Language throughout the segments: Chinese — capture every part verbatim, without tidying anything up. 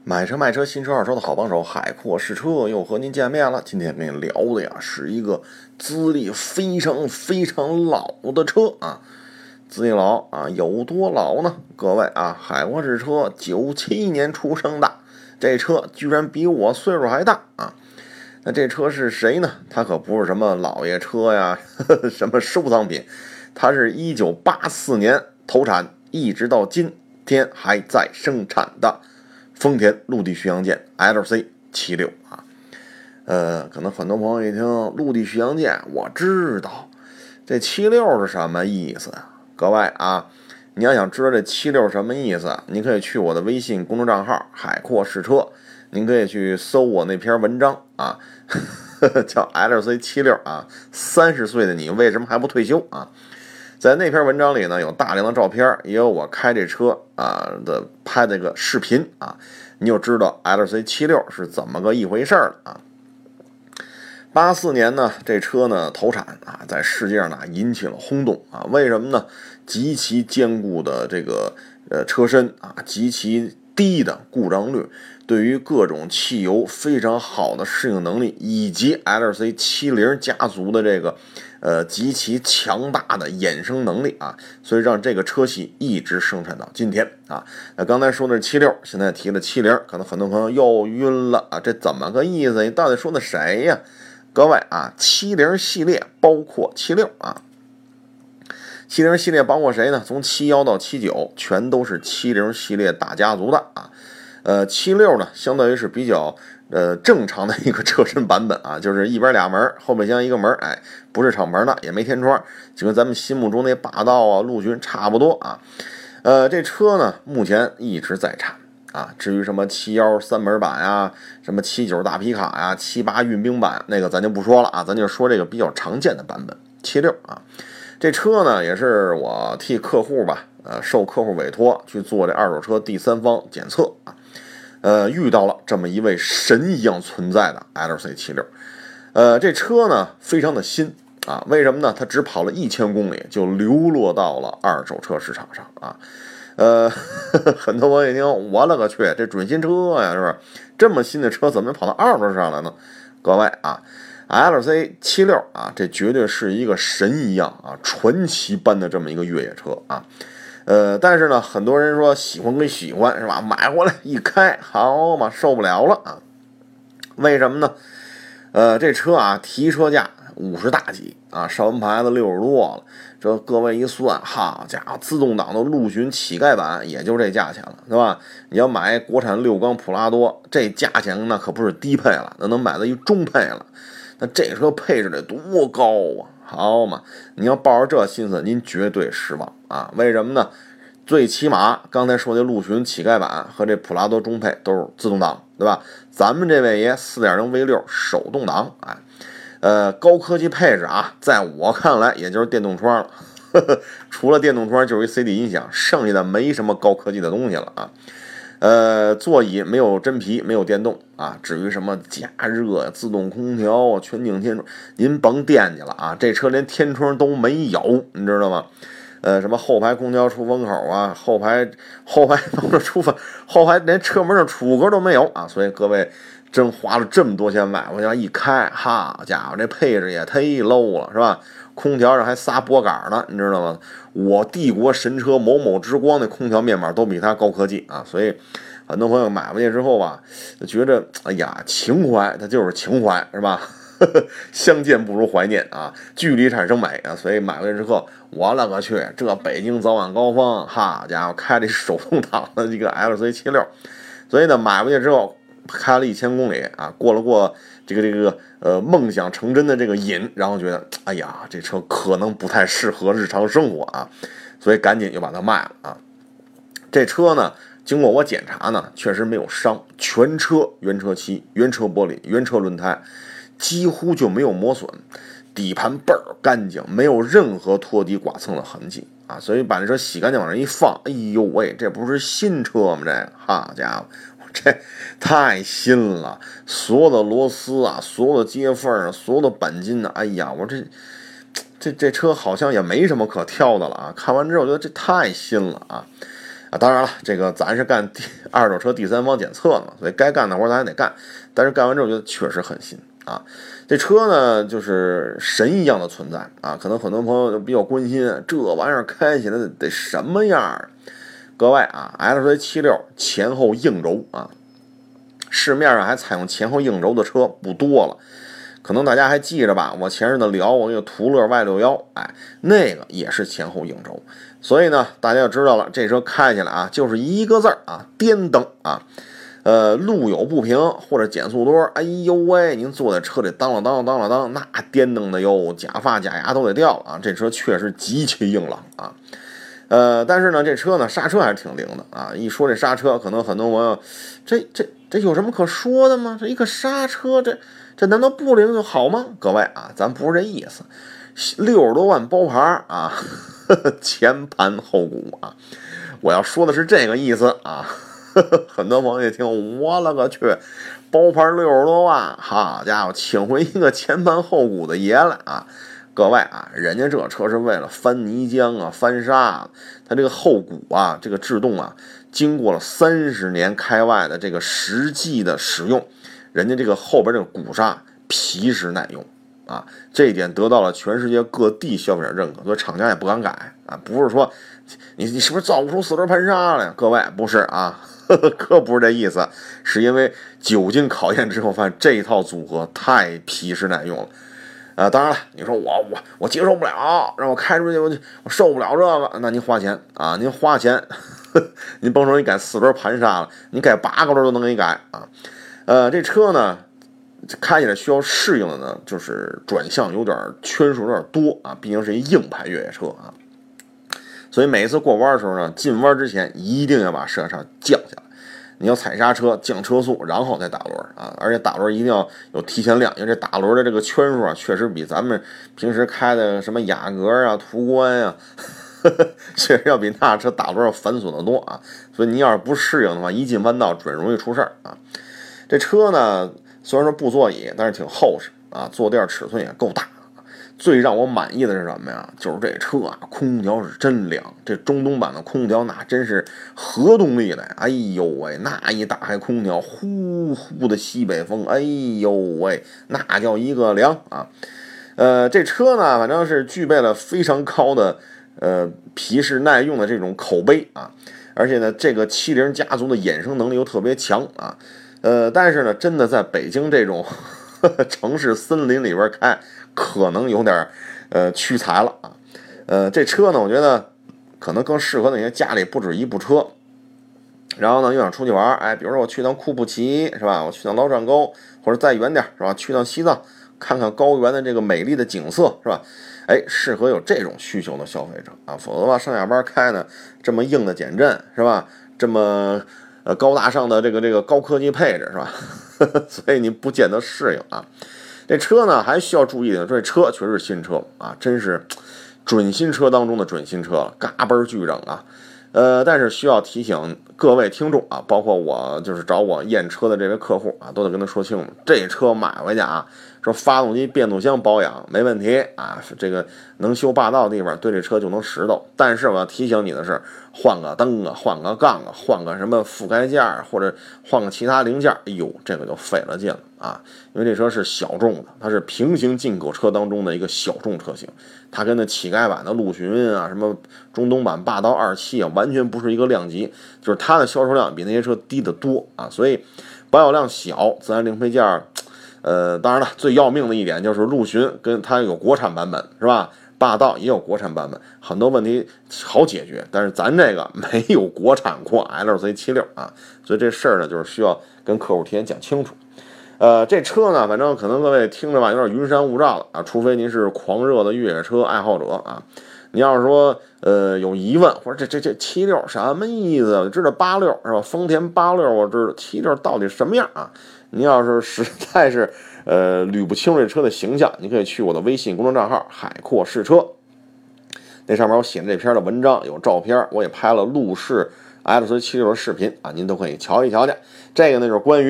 买车卖车新车二手的好帮手海阔试车又和您见面了。今天跟你聊的呀是一个资历非常非常老的车啊，资历老啊，有多老呢？各位啊，海阔试车九七年出生的，这车居然比我岁数还大啊！那这车是谁呢？它可不是什么老爷车呀，呵呵什么收藏品，它是一九八四年投产，一直到今天还在生产的。丰田陆地巡洋舰 L C 七六啊，呃，可能很多朋友一听陆地巡洋舰，我知道这七六是什么意思啊？各位啊，你要想知道这七六什么意思，你可以去我的微信公众账号海阔试车，您可以去搜我那篇文章啊，呵呵叫 L C 七六啊，三十岁的你为什么还不退休啊？在那篇文章里呢，有大量的照片，也有我开这车啊的拍的一个视频啊，你就知道 L C 七六是怎么个一回事了啊。八四年呢，这车呢投产啊，在世界上呢引起了轰动啊。为什么呢？极其坚固的这个呃车身啊，极其低的故障率，对于各种汽油非常好的适应能力，以及 L C 七零家族的这个呃极其强大的衍生能力啊，所以让这个车系一直生产到今天啊。那刚才说的是七六，现在提了七零，可能很多朋友又晕了啊，这怎么个意思？你到底说的谁呀？各位啊，七零系列包括七六啊。七零系列包括谁呢？从七一到七九全都是七零系列大家族的啊。呃，七六呢，相当于是比较呃正常的一个车身版本啊，就是一边俩门，后备箱一个门，哎，不是敞篷的，也没天窗，就跟咱们心目中那霸道啊、陆巡差不多啊。呃，这车呢，目前一直在产啊。至于什么七一三门版呀，什么七九大皮卡呀、七八运兵版，那个咱就不说了啊，咱就说这个比较常见的版本七六啊。这车呢，也是我替客户吧，呃，受客户委托去做这二手车第三方检测啊，呃，遇到了这么一位神一样存在的 L C 七六，呃，这车呢非常的新啊，为什么呢？它只跑了一千公里就流落到了二手车市场上啊，呃，呵呵很多朋友一听，我勒个去，这准新车呀，是不是？这么新的车怎么跑到二手车上来呢？各位啊。L C 七六啊，这绝对是一个神一样啊，传奇般的这么一个越野车啊。呃，但是呢，很多人说喜欢归喜欢是吧？买回来一开，好嘛，受不了了啊！为什么呢？呃，这车啊，提车价五十大几啊，上完牌子六十多了。这各位一算，好家伙，自动挡的陆巡乞丐版也就这价钱了，对吧？你要买国产六缸普拉多，这价钱那可不是低配了，那能买到一中配了。那这车配置得多高啊！好嘛，你要抱着这心思，您绝对失望啊！为什么呢？最起码刚才说的陆巡乞丐版和这普拉多中配都是自动挡，对吧？咱们这位爷 四点零 V 六 手动挡，哎，呃，高科技配置啊，在我看来也就是电动窗了，呵呵，除了电动窗就是一 C D 音响，剩下的没什么高科技的东西了啊。呃，座椅没有真皮，没有电动啊。至于什么加热、自动空调、全景天窗，您甭惦记了啊。这车连天窗都没有，你知道吗？呃，什么后排空调出风口啊，后排后排不是出风，后排连车门上出格都没有啊。所以各位真花了这么多钱买回家一开，哈家伙，这配置也忒 low 了，是吧？空调上还撒拨杆呢，你知道吗？我帝国神车某某之光的空调面板都比它高科技啊，所以很多朋友买回去之后吧，就觉得哎呀，情怀它就是情怀，是吧？相见不如怀念啊，距离产生美啊，所以买回去之后，我勒个去，这北京早晚高峰，哈家伙，开了一手动挡的一个 L C 七六，所以呢，买回去之后开了一千公里啊，过了过这个这个呃梦想成真的这个瘾，然后觉得哎呀，这车可能不太适合日常生活啊，所以赶紧就把它卖了啊。这车呢，经过我检查呢，确实没有伤，全车原车漆、原车玻璃、原车轮胎，几乎就没有磨损，底盘倍儿干净，没有任何拖地剐蹭的痕迹啊，所以把这车洗干净往上一放，哎呦喂，这不是新车吗？这个，好家伙！这太新了，所有的螺丝啊，所有的接缝啊，所有的钣金呢、啊，哎呀，我这这这车好像也没什么可挑的了啊！看完之后，我觉得这太新了啊！ 啊，当然了，这个咱是干第二手车第三方检测嘛，所以该干的活咱也得干。但是干完之后觉得确实很新啊。这车呢，就是神一样的存在啊。可能很多朋友就比较关心，这玩意儿开起来得得什么样？各位啊 ，L C 七六前后硬轴啊，市面上还采用前后硬轴的车不多了。可能大家还记着吧？我前日的聊我那个途乐 Y 六十，哎，那个也是前后硬轴。所以呢，大家就知道了，这车开起来啊，就是一个字儿啊，颠蹬啊。呃，路有不平或者减速多，哎呦喂，您坐在车里当了当了当了当，那颠蹬的哟，假发假牙都得掉了啊！这车确实极其硬朗啊。呃，但是呢，这车呢刹车还是挺灵的啊。一说这刹车，可能很多朋友，这这这有什么可说的吗？这一个刹车，这这难道不灵就好吗？各位啊，咱不是这意思。六十多万包牌啊，呵呵前盘后鼓啊，我要说的是这个意思啊。很多朋友一听，我了个去，包牌六十多万，好家伙，请回一个前盘后鼓的爷来啊！各位啊，人家这车是为了翻泥浆啊、翻沙，它这个后鼓啊，这个制动啊，经过了三十年开外的这个实际的使用，人家这个后边这个鼓刹皮实耐用啊，这一点得到了全世界各地消费者认可，所以厂家也不敢改啊，不是说你你是不是造不出四轮盘刹了呀？各位不是啊。可不是这意思，是因为久经考验之后，发现这一套组合太皮实耐用了。呃，当然了，你说我我我接受不了，让我开出去我我受不了这个，那您花钱啊，您花钱，呵呵您甭说你改四轮盘刹了，你改八个轮都能给你改啊。呃，这车呢开起来需要适应的呢，就是转向有点圈数有点多啊，毕竟是一硬派越野车啊。所以每一次过弯的时候呢，进弯之前一定要把刹车降下来，你要踩刹车降车速，然后再打轮啊！而且打轮一定要有提前量，因为这打轮的这个圈数啊，确实比咱们平时开的什么雅阁啊、途观啊，呵呵确实要比那车打轮要繁琐的多啊！所以你要是不适应的话，一进弯道准容易出事儿啊！这车呢，虽然说不座椅，但是挺厚实啊，坐垫尺寸也够大。最让我满意的是什么呀？就是这车啊，空调是真凉。这中东版的空调那真是核动力的，哎呦喂，那一打开空调，呼呼的西北风，哎呦喂，那叫一个凉啊！呃，这车呢，反正是具备了非常高的呃皮实耐用的这种口碑啊，而且呢，这个七零家族的衍生能力又特别强啊。呃，但是呢，真的在北京这种呵呵城市森林里边开。可能有点呃屈才了啊，呃，这车呢，我觉得可能更适合那些家里不止一部车，然后呢又想出去玩，哎，比如说我去趟库布齐是吧？我去趟老转沟，或者再远点是吧？去趟西藏看看高原的这个美丽的景色是吧？哎，适合有这种需求的消费者啊，否则的话上下班开呢，这么硬的减震是吧？这么呃高大上的这个这个高科技配置是吧？所以你不见得适应啊。这车呢还需要注意的，这车确实是新车啊，真是准新车当中的准新车了，嘎嘣巨整啊！呃，但是需要提醒各位听众啊，包括我就是找我验车的这位客户啊，都得跟他说清楚，这车买回去啊，说发动机、变速箱保养没问题啊，这个能修霸道的地方对这车就能拾到。但是我要提醒你的是，换个灯啊，换个杠啊，换个什么覆盖件或者换个其他零件，哎呦，这个就费了劲了啊！因为这车是小众的，它是平行进口车当中的一个小众车型，它跟那乞丐版的陆巡啊、什么中东版霸道二七啊，完全不是一个量级，就是它的销售量比那些车低得多啊，所以保有量小，自然零配件，呃，当然了，最要命的一点就是陆巡跟它有国产版本是吧？霸道也有国产版本，很多问题好解决，但是咱这个没有国产过 L C 七六 啊，所以这事儿呢就是需要跟客户提前讲清楚。呃，这车呢，反正可能各位听着吧，有点云山雾罩了啊，除非您是狂热的越野车爱好者啊。你要是说呃有疑问，或者这这这七六什么意思？我知道八六是吧？丰田八六我知道，七六到底什么样啊？你要是实在是呃捋不清这车的形象，你可以去我的微信公众账号海阔试车，那上面我写的这篇的文章有照片，我也拍了路试 L C 七六的视频啊，您都可以瞧一瞧去。这个呢就是关于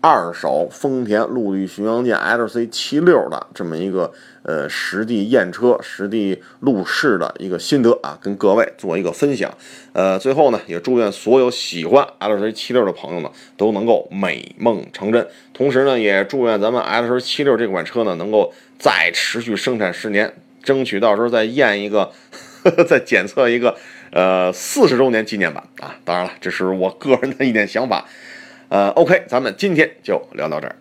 二手丰田陆地巡洋舰 L C 七十六 的这么一个呃实地验车、实地路试的一个心得啊，跟各位做一个分享。呃，最后呢，也祝愿所有喜欢 L C 七十六 的朋友呢都能够美梦成真。同时呢，也祝愿咱们 L C 七十六 这款车呢能够再持续生产十年，争取到时候再验一个，呵呵再检测一个呃四十周年纪念版啊。当然了，这是我个人的一点想法。呃 ，OK， 咱们今天就聊到这儿。